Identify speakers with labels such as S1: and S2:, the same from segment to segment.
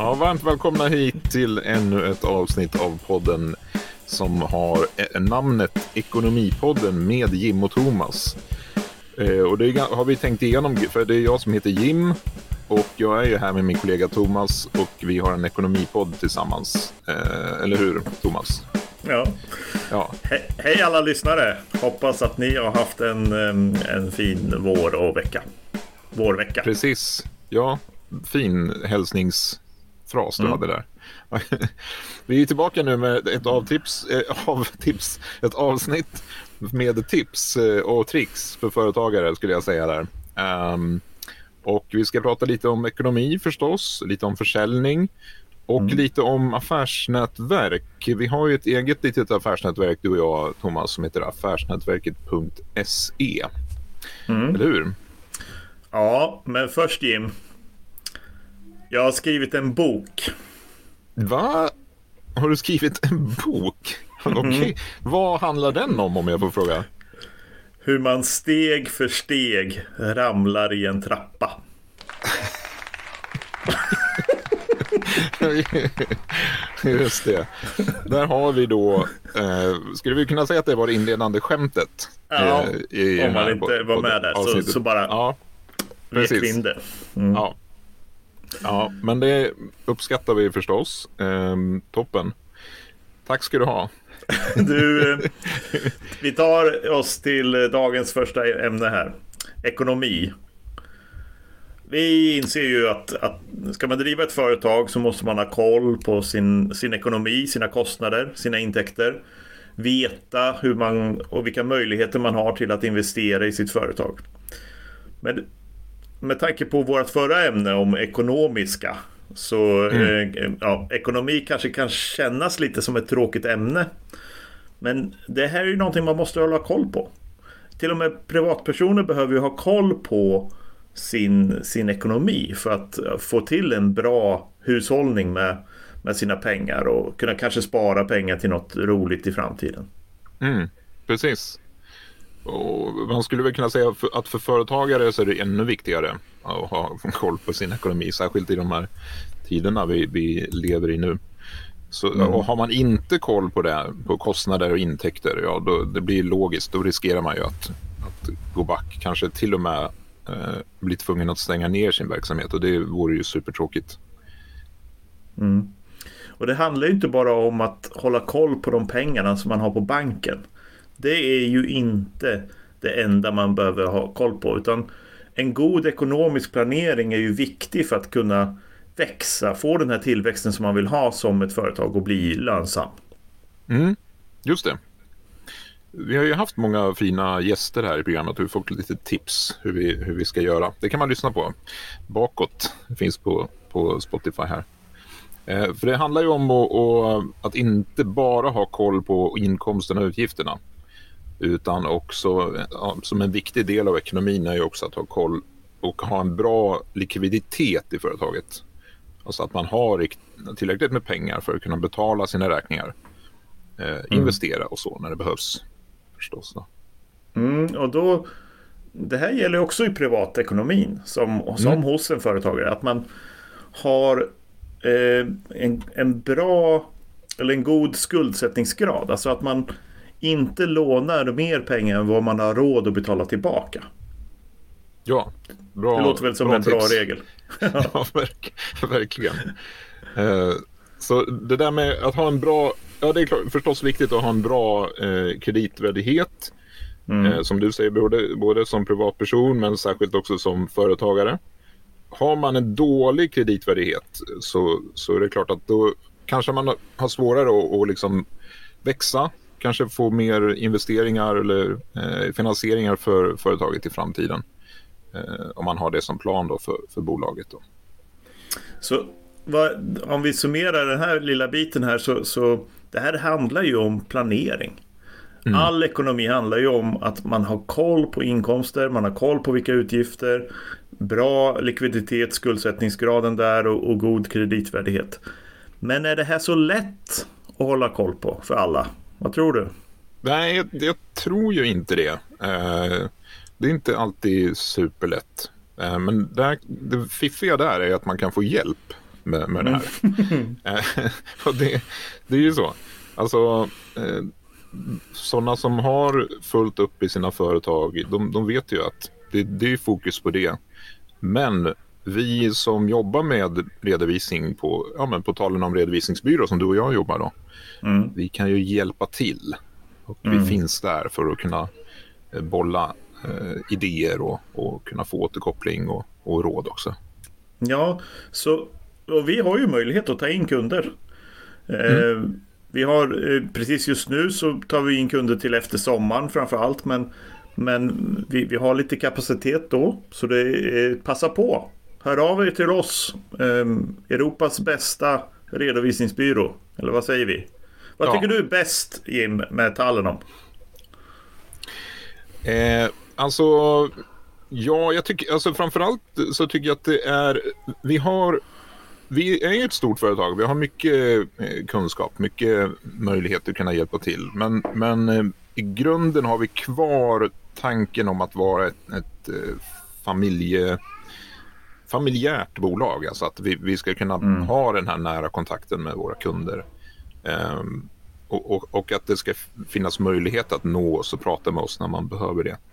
S1: Ja, varmt välkomna hit till ännu ett avsnitt av podden som har namnet Ekonomipodden med Jim och Thomas. Och det har vi tänkt igenom, för det är jag som heter Jim och jag är ju här med min kollega Thomas och vi har en ekonomipodd tillsammans. Eller hur, Thomas?
S2: Ja. Hej alla lyssnare. Hoppas att ni har haft en fin vårvecka. Precis.
S1: Ja, fin hälsningsfras du hade där. Vi är tillbaka nu med ett avsnitt med tips och tricks för företagare, skulle jag säga där. Och vi ska prata lite om ekonomi förstås, lite om försäljning och lite om affärsnätverk. Vi har ju ett eget litet affärsnätverk, du och jag, Thomas, som heter affärsnätverket.se. Eller hur?
S2: Ja, men först Jim. Jag har skrivit en bok.
S1: Va? Har du skrivit en bok? Okej. Vad handlar den om jag får fråga?
S2: Hur man steg för steg ramlar i en trappa.
S1: Just det. Där har vi då skulle vi kunna säga att det var det inledande skämtet?
S2: Ja, om man inte var med där så bara precis.
S1: Ja, men det uppskattar vi förstås. Toppen. Tack ska du ha.
S2: Vi tar oss till dagens första ämne här. Ekonomi. Vi inser ju att ska man driva ett företag så måste man ha koll på sin ekonomi, sina kostnader, sina intäkter. Veta hur man och vilka möjligheter man har till att investera i sitt företag. Men med tanke på vårt förra ämne om ekonomiska så ekonomi kanske kan kännas lite som ett tråkigt ämne. Men det här är ju någonting man måste hålla koll på. Till och med privatpersoner behöver ju ha koll på sin ekonomi för att få till en bra hushållning med sina pengar och kunna kanske spara pengar till något roligt i framtiden.
S1: Precis. Och man skulle väl kunna säga att för företagare så är det ännu viktigare att ha koll på sin ekonomi, särskilt i de här tiderna vi lever i nu. Så, och har man inte koll på det, på kostnader och intäkter, då det blir logiskt, då riskerar man ju att gå back, kanske till och med bli tvungen att stänga ner sin verksamhet, och det vore ju supertråkigt.
S2: Och det handlar ju inte bara om att hålla koll på de pengarna som man har på banken. Det är ju inte det enda man behöver ha koll på, utan en god ekonomisk planering är ju viktig för att kunna växa, få den här tillväxten som man vill ha som ett företag och bli lönsam.
S1: Just det. Vi har ju haft många fina gäster här i programmet och vi får lite tips hur vi ska göra. Det kan man lyssna på bakåt. Det finns på Spotify här. För det handlar ju om att inte bara ha koll på inkomsterna och utgifterna, utan också som en viktig del av ekonomin är ju också att ha koll och ha en bra likviditet i företaget. Alltså att man har tillräckligt med pengar för att kunna betala sina räkningar, investera och så när det behövs förstås då.
S2: Och då, det här gäller också i privatekonomin som hos en företagare, att man har en bra eller en god skuldsättningsgrad, alltså att man inte lånar mer pengar än vad man har råd att betala tillbaka.
S1: Ja, bra.
S2: Det låter väl som en bra regel.
S1: Ja, verkligen. Så det där med att ha en bra, det är förstås viktigt att ha en bra kreditvärdighet. Som du säger, både som privatperson men särskilt också som företagare. Har man en dålig kreditvärdighet så är det klart att då kanske man har svårare att liksom växa, kanske få mer investeringar eller finansieringar för företaget i framtiden. Om man har det som plan då för bolaget då.
S2: Så om vi summerar den här lilla biten här så det här handlar ju om planering. All ekonomi handlar ju om att man har koll på inkomster, man har koll på vilka utgifter, bra likviditet, skuldsättningsgraden där och god kreditvärdighet. Men är det här så lätt att hålla koll på för alla? Vad tror du?
S1: Nej, jag tror ju inte det. Det är inte alltid superlätt. Men det fiffiga där är att man kan få hjälp med det här. Och det är ju så. Alltså, sådana som har fullt upp i sina företag, de vet ju att det är fokus på det. Men vi som jobbar med redovisning på talen om redovisningsbyrå som du och jag jobbar då, vi kan ju hjälpa till. Och vi finns där för att kunna bolla idéer och kunna få återkoppling och råd också.
S2: Ja, och vi har ju möjlighet att ta in kunder. Vi har precis just nu så tar vi in kunder till efter sommaren framför allt, men vi har lite kapacitet då, så det passa på. Hör av er till oss, Europas bästa redovisningsbyrå, eller vad säger vi? Vad tycker du är bäst, Jim, med Talenom?
S1: Alltså, ja, jag tycker, alltså framförallt så tycker jag att det är, vi är ju ett stort företag, vi har mycket kunskap, mycket möjlighet att kunna hjälpa till, men i grunden har vi kvar tanken om att vara ett familjärt bolag, alltså att vi ska kunna ha den här nära kontakten med våra kunder, och att det ska finnas möjlighet att nå oss och prata med oss när man behöver det.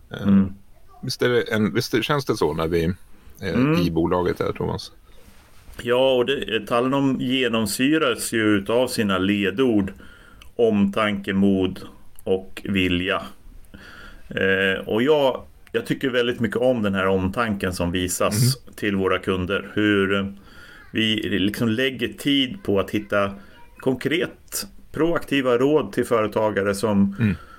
S1: Visst känns det så när vi är i bolaget här, Thomas?
S2: Ja, och Talenom genomsyras ju av sina ledord: omtanke, mod och vilja. Och jag tycker väldigt mycket om den här omtanken som visas till våra kunder. Hur vi liksom lägger tid på att hitta konkret proaktiva råd till företagare som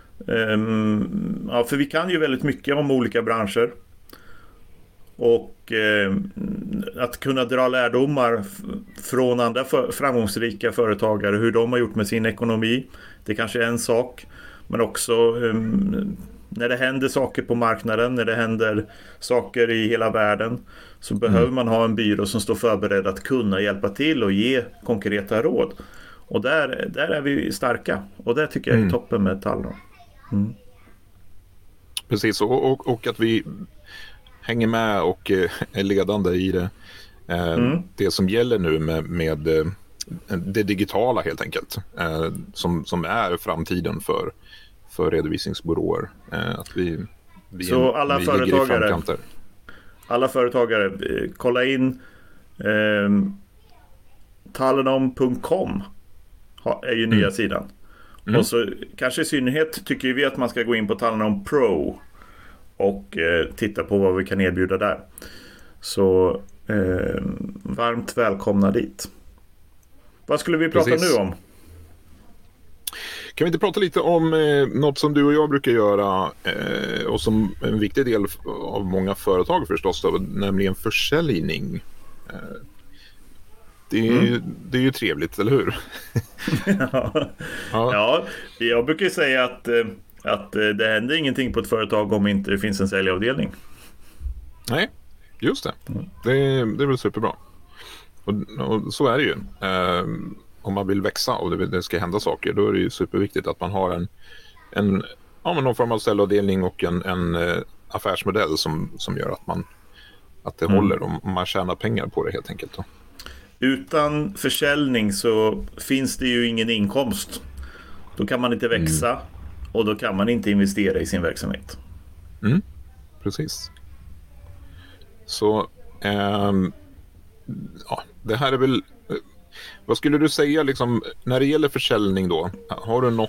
S2: för vi kan ju väldigt mycket om olika branscher. Och att kunna dra lärdomar från andra framgångsrika företagare, hur de har gjort med sin ekonomi, det kanske är en sak. Men också när det händer saker på marknaden, när det händer saker i hela världen, så behöver man ha en byrå som står förberedd att kunna hjälpa till och ge konkreta råd. Och där är vi starka. Och det tycker jag är toppen med Talenom.
S1: Precis, och att vi hänger med och är ledande i det. Det som gäller nu med det digitala helt enkelt. Som är framtiden för redovisningsbyråer. Att vi
S2: så alla företagare, kolla in talenom.com är ju nya sidan. Och så kanske i synnerhet tycker vi att man ska gå in på Talenom Pro och titta på vad vi kan erbjuda där. Så varmt välkomna dit. Vad skulle vi prata nu om?
S1: Kan vi inte prata lite om något som du och jag brukar göra och som en viktig del av många företag förstås då, nämligen försäljning. Det är ju trevligt, eller hur?
S2: Ja, jag brukar säga att det händer ingenting på ett företag om inte det finns en säljavdelning.
S1: Nej, just det. Det är väl superbra. Och så är det ju. Om man vill växa och det ska hända saker, då är det ju superviktigt att man har någon form av säljavdelning och en affärsmodell som gör att det håller och man tjänar pengar på det helt enkelt då. Utan
S2: försäljning så finns det ju ingen inkomst. Då kan man inte växa och då kan man inte investera i sin verksamhet.
S1: Precis. Så det här är väl, vad skulle du säga liksom, när det gäller försäljning då? Har du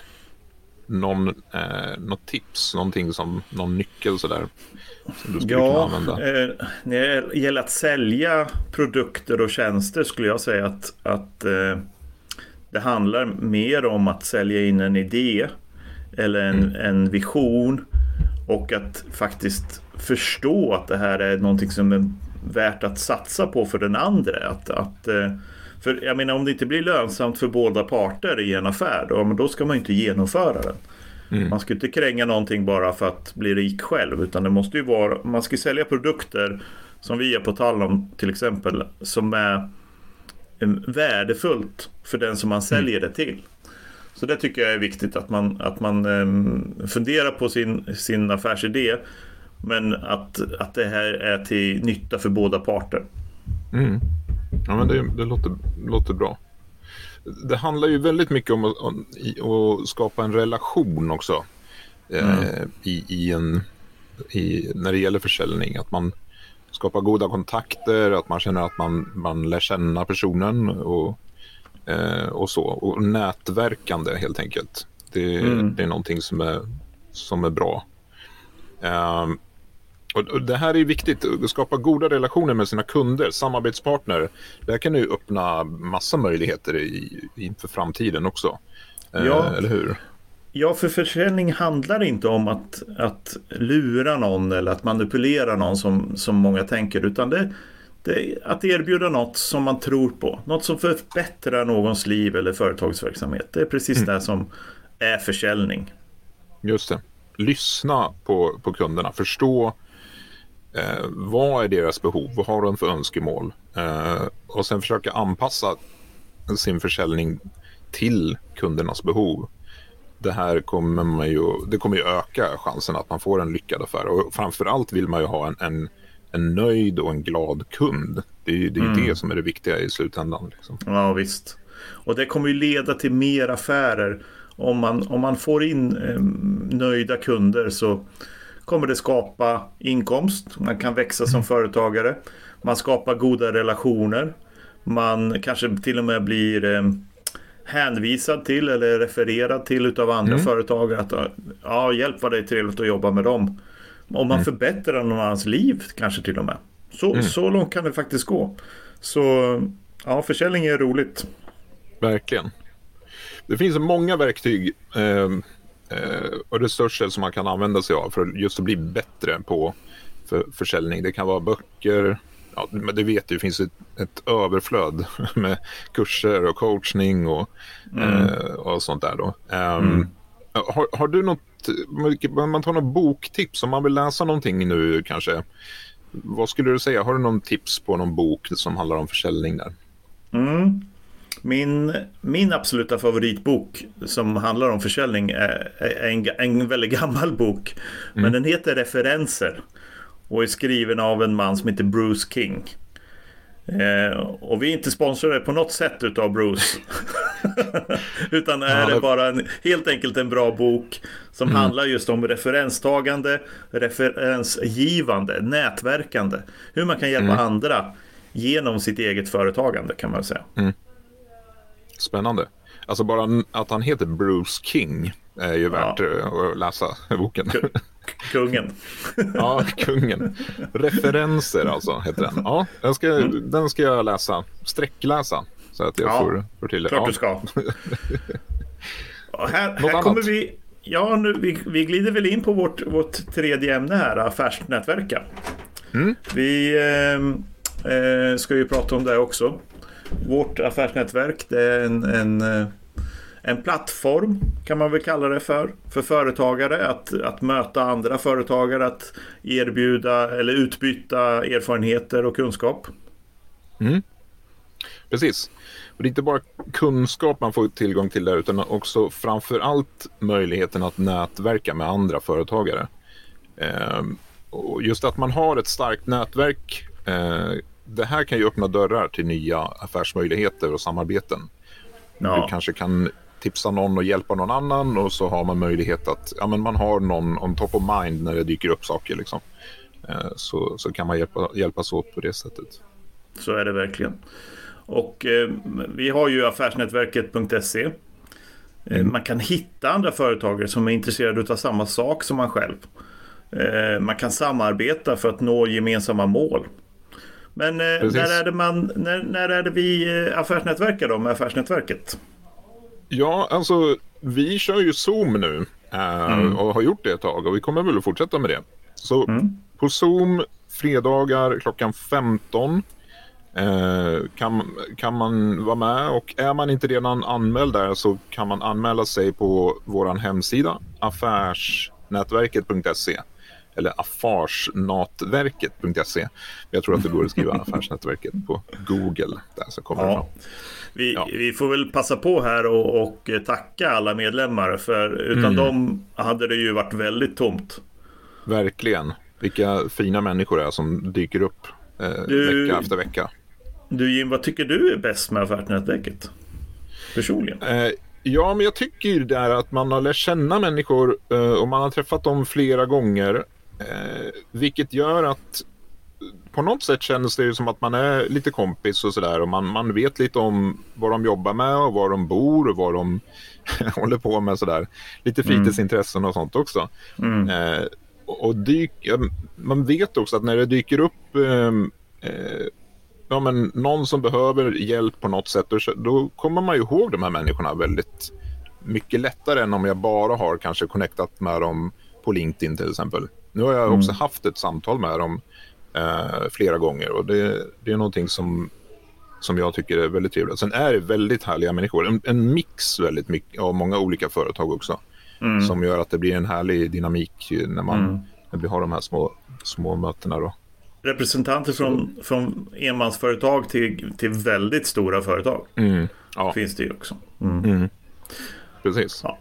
S1: något tips, någon nyckel sådär som du skulle kunna använda?
S2: När det gäller att sälja produkter och tjänster skulle jag säga att det handlar mer om att sälja in en idé eller en vision, och att faktiskt förstå att det här är någonting som är värt att satsa på för den andra. För jag menar, om det inte blir lönsamt för båda parter i en affär, då ska man ju inte genomföra den. Man ska inte kränga någonting bara för att bli rik själv, utan det måste ju vara, man ska sälja produkter som vi är på Talenom till exempel, som är värdefullt för den som man säljer det till. Så det tycker jag är viktigt, att man funderar på sin affärsidé, men att det här är till nytta för båda parter.
S1: Ja, men det låter bra. Det handlar ju väldigt mycket om att skapa en relation också när det gäller försäljning. Att man skapar goda kontakter, att man känner att man lär känna personen och så. Och nätverkande helt enkelt. Det är någonting som är bra. Och det här är viktigt, att skapa goda relationer med sina kunder, samarbetspartner. Det här kan ju öppna massa möjligheter inför framtiden också. Eller hur?
S2: Ja, för försäljning handlar inte om att lura någon eller att manipulera någon som många tänker, utan det att erbjuda något som man tror på. Något som förbättrar någons liv eller företagsverksamhet. Det är precis det som är försäljning.
S1: Just det. Lyssna på kunderna, förstå vad är deras behov, vad har de för önskemål, och sen försöka anpassa sin försäljning till kundernas behov. Det här kommer ju öka chansen att man får en lyckad affär, och framförallt vill man ju ha en nöjd och en glad kund. Det är ju det som är det viktiga i slutändan liksom.
S2: Ja, visst. Och det kommer ju leda till mer affärer. Om man får in nöjda kunder så kommer det skapa inkomst. Man kan växa som företagare. Man skapar goda relationer. Man kanske till och med blir hänvisad till eller refererad till utav andra företagare. Att hjälp, vad det är trevligt att jobba med dem. Om man förbättrar någon annans liv kanske till och med. Så långt kan det faktiskt gå. Så ja, försäljning är roligt.
S1: Verkligen. Det finns många verktyg och resurser som man kan använda sig av för just att bli bättre på försäljning. Det kan vara böcker, ja, men det vet du, det finns ett överflöd med kurser och coachning och sånt där då. Har du något, man tar något boktips om man vill läsa någonting nu kanske? Vad skulle du säga? Har du någon tips på någon bok som handlar om försäljning där?
S2: Min absoluta favoritbok som handlar om försäljning är en väldigt gammal bok. Men den heter Referenser och är skriven av en man som heter Bruce King. Och vi är inte sponsrade på något sätt utav Bruce. Utan är det bara helt enkelt en bra bok som handlar just om referenstagande, referensgivande, nätverkande. Hur man kan hjälpa andra genom sitt eget företagande, kan man säga.
S1: Spännande. Alltså bara att han heter Bruce King är ju värt att läsa boken.
S2: Kungen.
S1: Ja, kungen. Referenser alltså heter den. Ja, den ska jag läsa. Sträckläsa. Så att jag får till det.
S2: Klart du ska. här kommer vi... Ja, vi glider väl in på vårt tredje ämne här, affärsnätverka. Vi ska ju prata om det också. Vårt affärsnätverk, det är en plattform, kan man väl kalla det för företagare att möta andra företagare, att erbjuda eller utbyta erfarenheter och kunskap.
S1: Precis. Och det är inte bara kunskap man får tillgång till där, utan också framförallt möjligheten att nätverka med andra företagare. Och just att man har ett starkt nätverk, det här kan ju öppna dörrar till nya affärsmöjligheter och samarbeten. Du kanske kan tipsa någon och hjälpa någon annan, och så har man möjlighet att man har någon on top of mind när det dyker upp saker liksom. Så kan man hjälpas åt på det sättet.
S2: Så är det verkligen. Och vi har ju affärsnätverket.se. Man kan hitta andra företagare som är intresserade av samma sak som man själv. Man kan samarbeta för att nå gemensamma mål. Men när är det vi affärsnätverkar då med affärsnätverket? Ja,
S1: alltså vi kör ju Zoom nu och har gjort det ett tag, och vi kommer väl att fortsätta med det. Så på Zoom fredagar klockan 15 kan man vara med, och är man inte redan anmäld där så kan man anmäla sig på våran hemsida affärsnätverket.se eller affärsnatverket.se. Jag tror att det går att skriva affärsnätverket på Google där, så kommer det fram.
S2: Vi får väl passa på här och tacka alla medlemmar, för utan dem hade det ju varit väldigt tomt.
S1: Verkligen. Vilka fina människor det är som dyker upp vecka efter vecka.
S2: Du Jim, vad tycker du är bäst med affärsnätverket? Personligen?
S1: Ja, men jag tycker ju det där att man har lärt känna människor och man har träffat dem flera gånger. Vilket gör att på något sätt känns det ju som att man är lite kompis och sådär. Och man vet lite om vad de jobbar med och var de bor och vad de håller på med sådär. Lite fritidsintressen och sånt också. Och man vet också att när det dyker upp någon som behöver hjälp på något sätt, då kommer man ju ihåg de här människorna väldigt mycket lättare än om jag bara har kanske connectat med dem på LinkedIn till exempel. Nu har jag också haft ett samtal med dem flera gånger och det är någonting som jag tycker är väldigt trevligt. Sen är det väldigt härliga människor. En mix väldigt mycket av många olika företag också. Som gör att det blir en härlig dynamik när vi har de här små mötena då.
S2: Representanter från enmansföretag till väldigt stora företag finns det ju också.
S1: Precis.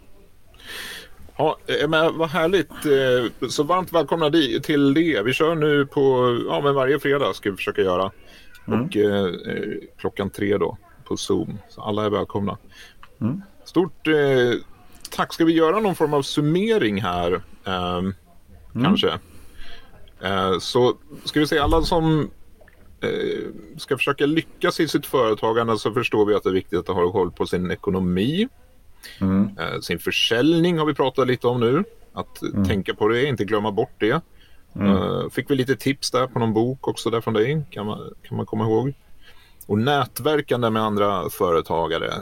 S1: Ja, men vad härligt. Så varmt välkomna till det. Vi kör nu på men varje fredag ska vi försöka göra. Och klockan 3 då på Zoom. Så alla är välkomna. Stort tack. Ska vi göra någon form av summering här? Kanske. Så ska vi säga alla som ska försöka lyckas i sitt företagande, så förstår vi att det är viktigt att ha koll på sin ekonomi. Sin försäljning har vi pratat lite om nu. Att tänka på det, inte glömma bort det. Fick vi lite tips där på någon bok också där från dig, kan man komma ihåg. Och nätverkande med andra företagare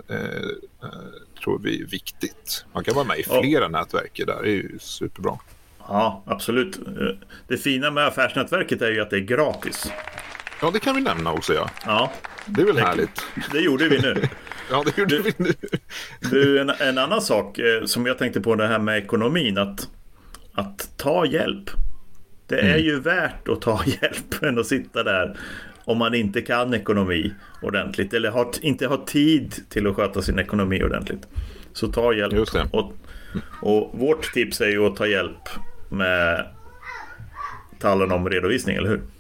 S1: tror vi är viktigt. Man kan vara med i flera nätverk där, det är ju superbra.
S2: Ja, absolut. Det fina med affärsnätverket är ju att det är gratis.
S1: Ja, det kan vi nämna också,
S2: ja.
S1: Det är väl härligt.
S2: Det gjorde vi nu.
S1: Ja, det gjorde vi nu.
S2: Du, en annan sak som jag tänkte på, det här med ekonomin, att ta hjälp. Det är ju värt att ta hjälp än att sitta där om man inte kan ekonomi ordentligt eller inte har tid till att sköta sin ekonomi ordentligt. Så ta hjälp.
S1: Just det.
S2: Och vårt tips är ju att ta hjälp med tallen om redovisning, eller hur?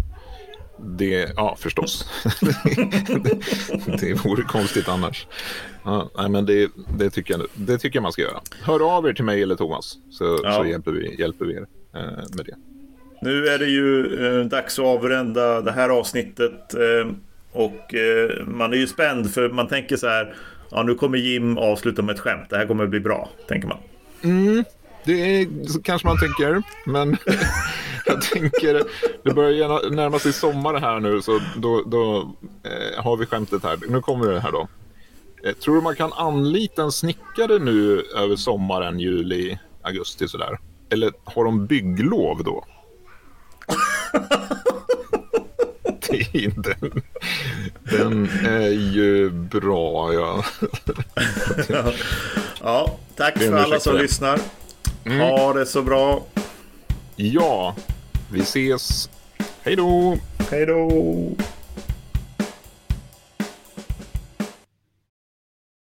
S1: Ja, förstås. det vore konstigt annars. Ja, nej, men det tycker jag man ska göra. Hör av er till mig eller Thomas, så hjälper vi er med det.
S2: Nu är det ju dags att avrunda det här avsnittet och man är ju spänd, för man tänker så här: nu kommer Jim avsluta med ett skämt. Det här kommer att bli bra, tänker man.
S1: Det kanske man tänker, men jag tänker det börjar närma sig sommar här nu, så då har vi skämtet här. Nu kommer det här då. Tror du man kan anlita en snickare nu över sommaren, juli, augusti sådär? Eller har de bygglov då? Den är ju bra, ja.
S2: Ja, tack för alla som lyssnar. Ha det så bra.
S1: Ja, vi ses. Hej då.
S2: Hej då.